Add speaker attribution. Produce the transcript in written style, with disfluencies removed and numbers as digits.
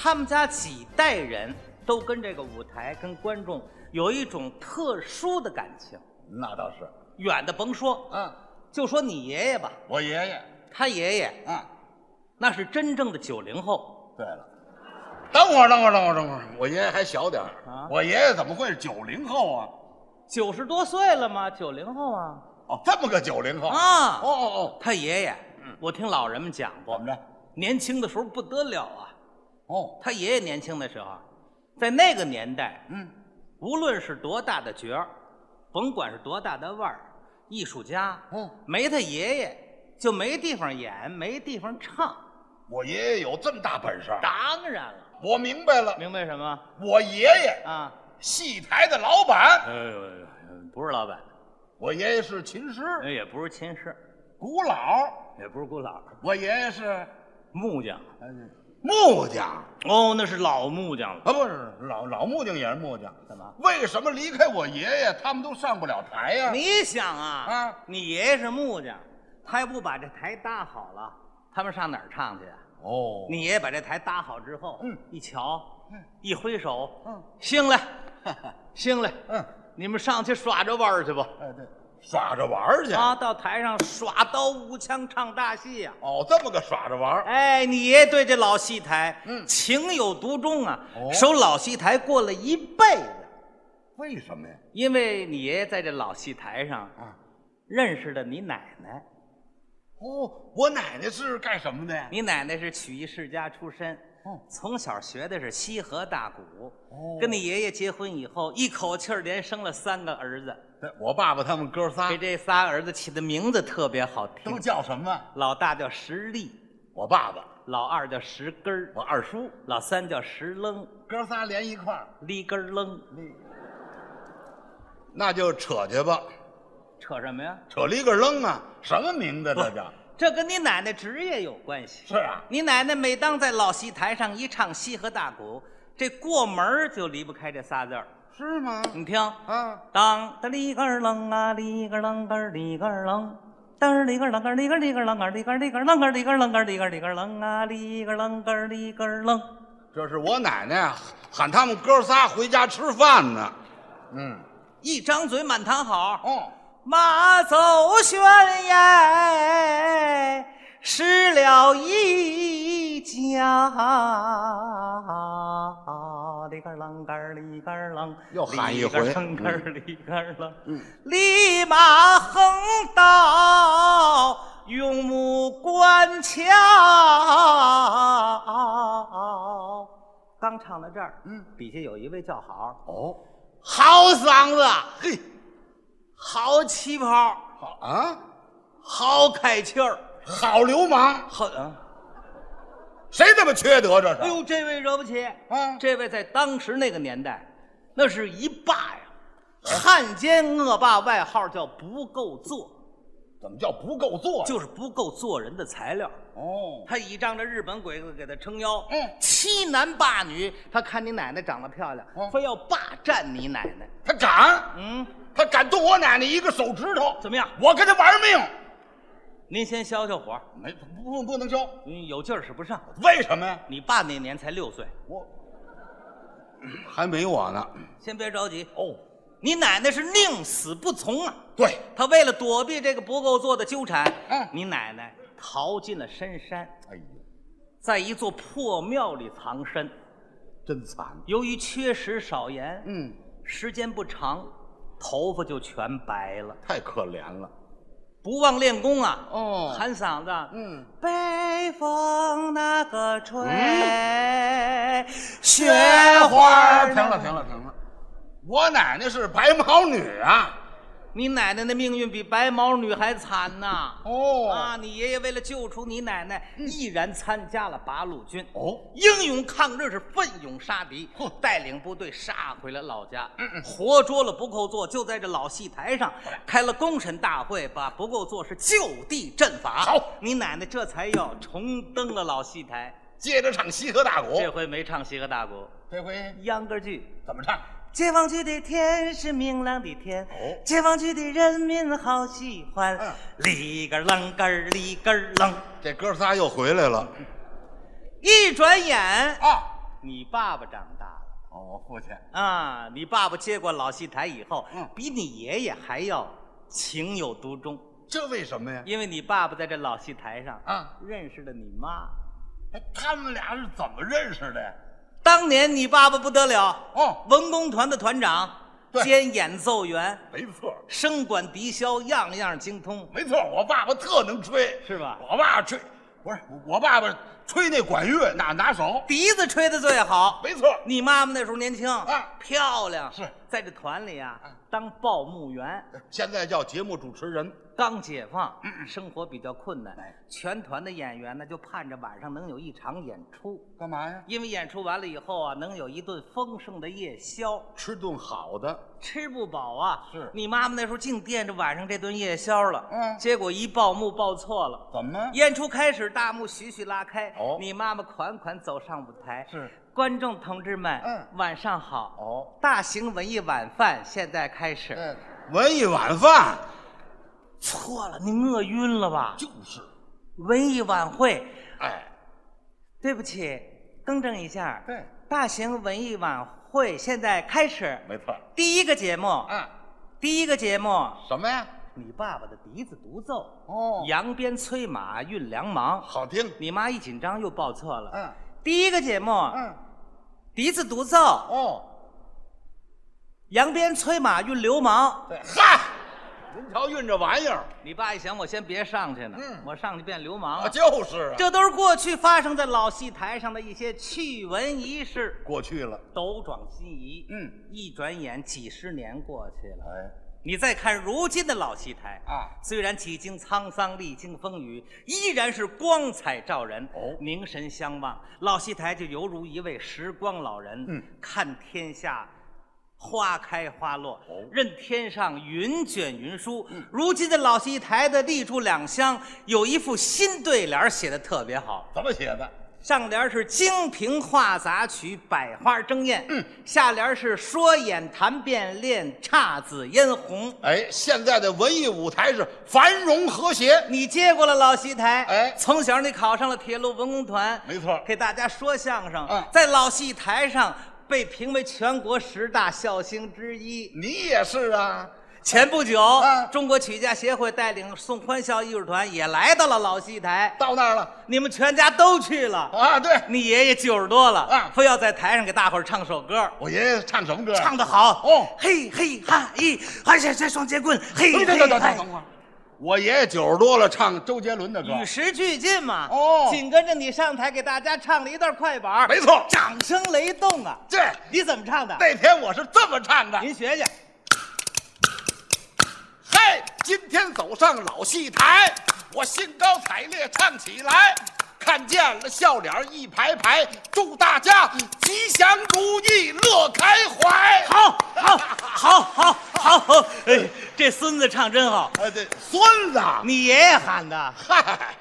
Speaker 1: 他们家几代人都跟这个舞台、跟观众有一种特殊的感情。
Speaker 2: 那倒是，
Speaker 1: 远的甭说，就说你爷爷吧，
Speaker 2: 我爷爷，
Speaker 1: 他爷爷，那是真正的90后。
Speaker 2: 对了，等会儿，我爷爷还小点儿啊，我爷爷怎么会是90后啊
Speaker 1: ？90多岁了吗？90后啊。
Speaker 2: 哦，这么个90后
Speaker 1: 啊！
Speaker 2: 他
Speaker 1: 爷爷，我听老人们讲过，
Speaker 2: 怎么着？
Speaker 1: 年轻的时候不得了啊！
Speaker 2: 哦，
Speaker 1: 他爷爷年轻的时候，在那个年代，无论是多大的角儿，甭管是多大的腕儿，艺术家，没他爷爷就没地方演，没地方唱。
Speaker 2: 我爷爷有这么大本事？
Speaker 1: 当然了，
Speaker 2: 我明白了。
Speaker 1: 明白什么？
Speaker 2: 我爷爷
Speaker 1: 啊，
Speaker 2: 戏台的老板。
Speaker 1: 不是老板。
Speaker 2: 我爷爷是琴师，
Speaker 1: 也不是琴师。
Speaker 2: 鼓佬，
Speaker 1: 也不是鼓佬。
Speaker 2: 我爷爷是
Speaker 1: 木匠。
Speaker 2: 木匠。
Speaker 1: 哦，那是老木匠了。
Speaker 2: 不是老木匠也是木匠。
Speaker 1: 怎么？
Speaker 2: 为什么离开我爷爷，他们都上不了台呀？
Speaker 1: 你想啊，你爷爷是木匠，他要不把这台搭好了，他们上哪儿唱去啊？
Speaker 2: 哦，
Speaker 1: 你爷爷把这台搭好之后，一瞧，一挥手，行了，行了，你们上去耍着玩去吧。
Speaker 2: 对，耍着玩去
Speaker 1: 啊，到台上耍刀舞枪唱大戏呀。
Speaker 2: 哦，这么个耍着玩。
Speaker 1: 哎，你爷爷对这老戏台，情有独钟啊，守老戏台过了一辈子。
Speaker 2: 为什么呀？
Speaker 1: 因为你爷爷在这老戏台上认识的你奶奶。
Speaker 2: 哦，我奶奶是干什么的呀？
Speaker 1: 你奶奶是曲艺世家出身，从小学的是西河大鼓，跟你爷爷结婚以后，一口气儿连生了3个儿子。
Speaker 2: 我爸爸他们哥仨，
Speaker 1: 给这仨儿子起的名字特别好听，
Speaker 2: 都叫什么？
Speaker 1: 老大叫石立，
Speaker 2: 我爸爸；
Speaker 1: 老二叫石根儿，
Speaker 2: 我二叔；
Speaker 1: 老三叫石愣，
Speaker 2: 哥仨连一块儿，
Speaker 1: 立根愣。
Speaker 2: 那就扯去吧。
Speaker 1: 扯什么呀？
Speaker 2: 扯了一个扔啊！什么名字这叫？
Speaker 1: 这跟你奶奶职业有关系。
Speaker 2: 是啊，
Speaker 1: 你奶奶每当在老戏台上一唱西河大鼓，这过门就离不开这仨字儿。
Speaker 2: 是吗？
Speaker 1: 你听啊，当的里个楞啊，里个楞个里个楞，当里个楞个里个里个楞个里个里个楞个里个楞个里个里个楞啊，里个楞个里个楞。
Speaker 2: 这是我奶奶喊他们哥仨回家吃饭呢。
Speaker 1: 一张嘴满堂好。马走悬崖，失了一家。里个啷个里个啷，
Speaker 2: 又喊一回。
Speaker 1: 里个啷，立马横刀，用目观瞧。刚唱到这儿，底下有一位叫好。好嗓子，嘿。好气泡，
Speaker 2: 好啊，
Speaker 1: 好开气儿，
Speaker 2: 好流氓，
Speaker 1: 好
Speaker 2: 谁这么缺德？这是？
Speaker 1: 哎呦，这位惹不起啊！这位在当时那个年代，那是一霸呀，汉奸恶霸，外号叫不够做。
Speaker 2: 怎么叫不够做？
Speaker 1: 就是不够做人的材料。他倚仗着日本鬼子给他撑腰，欺男霸女。他看你奶奶长得漂亮，非要霸占你奶奶。
Speaker 2: 他敢？他敢动我奶奶一个手指头，
Speaker 1: 怎么样？
Speaker 2: 我跟他玩命！
Speaker 1: 您先消消火。
Speaker 2: 不能消，
Speaker 1: 有劲儿使不上。
Speaker 2: 为什么呀？
Speaker 1: 你爸那年才6岁，
Speaker 2: 我还没我呢。
Speaker 1: 先别着急你奶奶是宁死不从啊！
Speaker 2: 对，
Speaker 1: 她为了躲避这个不够做的纠缠，你奶奶逃进了深山。
Speaker 2: 哎呦，
Speaker 1: 在一座破庙里藏身，
Speaker 2: 真惨。
Speaker 1: 由于缺食少盐，时间不长。头发就全白了，
Speaker 2: 太可怜了。
Speaker 1: 不忘练功啊！喊嗓子，北风那个吹，雪花。
Speaker 2: 停了，我奶奶是白毛女啊！
Speaker 1: 你奶奶的命运比白毛女还惨呐！你爷爷为了救出你奶奶，毅然参加了八路军。英勇抗日，是奋勇杀敌，带领部队杀回了老家，活捉了不够座，就在这老戏台上开了公审大会，把不够座是就地正法。
Speaker 2: 好，
Speaker 1: 你奶奶这才要重登了老戏台，
Speaker 2: 接着唱西河大鼓。
Speaker 1: 这回没唱西河大鼓，
Speaker 2: 这回
Speaker 1: 秧歌剧。
Speaker 2: 怎么唱？
Speaker 1: 解放区的天是明朗的天，解放区的人民好喜欢。里个楞个里个楞，
Speaker 2: 这哥仨又回来了。
Speaker 1: 一转眼你爸爸长大了。
Speaker 2: 哦，我父亲
Speaker 1: 啊，你爸爸接过老戏台以后，比你爷爷还要情有独钟。
Speaker 2: 这为什么呀？
Speaker 1: 因为你爸爸在这老戏台上认识了你妈。
Speaker 2: 哎，他们俩是怎么认识的呀？
Speaker 1: 当年你爸爸不得了文工团的团长兼演奏员，
Speaker 2: 没错，
Speaker 1: 声管笛箫样样精通。
Speaker 2: 没错，我爸爸特能吹，
Speaker 1: 是吧？
Speaker 2: 我爸爸吹，不是我爸爸吹那管乐那拿手，
Speaker 1: 笛子吹得最好。
Speaker 2: 没错，
Speaker 1: 你妈妈那时候年轻漂亮，
Speaker 2: 是
Speaker 1: 在这团里当报幕员，
Speaker 2: 现在叫节目主持人。
Speaker 1: 刚解放，生活比较困难，全团的演员呢就盼着晚上能有一场演出。
Speaker 2: 干嘛呀？因
Speaker 1: 为演出完了以后能有一顿丰盛的夜宵，
Speaker 2: 吃顿好的。
Speaker 1: 吃不饱
Speaker 2: 是
Speaker 1: 你妈妈那时候净惦着晚上这顿夜宵了。结果一报幕报错了。
Speaker 2: 怎么？
Speaker 1: 演出开始，大幕徐徐拉开，你妈妈款款走上舞台。
Speaker 2: 是。
Speaker 1: 观众同志们，晚上好。大型文艺晚饭现在开始。
Speaker 2: 文艺晚饭。
Speaker 1: 错了，你饿晕了吧？
Speaker 2: 就是，
Speaker 1: 文艺晚会。
Speaker 2: 哎，
Speaker 1: 对不起，更正一下。
Speaker 2: 对，
Speaker 1: 大型文艺晚会现在开始。
Speaker 2: 没错。
Speaker 1: 第一个节目。第一个节目
Speaker 2: 什么呀？
Speaker 1: 你爸爸的笛子独奏。扬鞭催马运粮忙，
Speaker 2: 好听。
Speaker 1: 你妈一紧张又报错了。第一个节目。笛子独奏。扬鞭催马运流氓。
Speaker 2: 对，嗨。您瞧运这玩意儿，
Speaker 1: 你爸一想，我先别上去呢，我上去变流氓了。
Speaker 2: 就是啊，
Speaker 1: 这都是过去发生在老戏台上的一些趣闻轶事。
Speaker 2: 过去了，
Speaker 1: 斗转星移。一转眼几十年过去了。
Speaker 2: 哎，
Speaker 1: 你再看如今的老戏台虽然几经沧桑，历经风雨，依然是光彩照人。凝神相望，老戏台就犹如一位时光老人。看天下花开花落，任天上云卷云舒。如今的老戏台的立柱两厢有一副新对联写的特别好。
Speaker 2: 怎么写的？
Speaker 1: 上联是京评话杂曲，百花争艳。下联是说演谈变练，姹紫嫣红。
Speaker 2: 哎，现在的文艺舞台是繁荣和谐。
Speaker 1: 你接过了老戏台，从小你考上了铁路文工团，
Speaker 2: 没错，
Speaker 1: 给大家说相声。在老戏台上被评为全国10大笑星之一。
Speaker 2: 你也是啊。
Speaker 1: 前不久，中国曲家协会带领送欢笑艺术团也来到了老戏台。
Speaker 2: 到那儿了，
Speaker 1: 你们全家都去了
Speaker 2: 啊？对，
Speaker 1: 你爷爷90多了非要在台上给大伙儿唱首歌。
Speaker 2: 我爷爷唱什么歌？
Speaker 1: 唱得好嘿嘿哈咦，还这双截棍，嘿嘿。
Speaker 2: 等会儿，我爷爷90多了，唱周杰伦的歌，
Speaker 1: 与时俱进嘛。紧跟着你上台给大家唱了一段快板。
Speaker 2: 没错，
Speaker 1: 掌声雷动啊！
Speaker 2: 对，
Speaker 1: 你怎么唱的？
Speaker 2: 那天我是这么唱的，
Speaker 1: 您学学。
Speaker 2: 嘿，今天走上老戏台，我兴高采烈唱起来，看见了笑脸一排排，祝大家吉祥如意乐开怀。
Speaker 1: 好，哎，这孙子唱真好。
Speaker 2: 对，孙子，
Speaker 1: 你爷爷喊的。
Speaker 2: 嗨。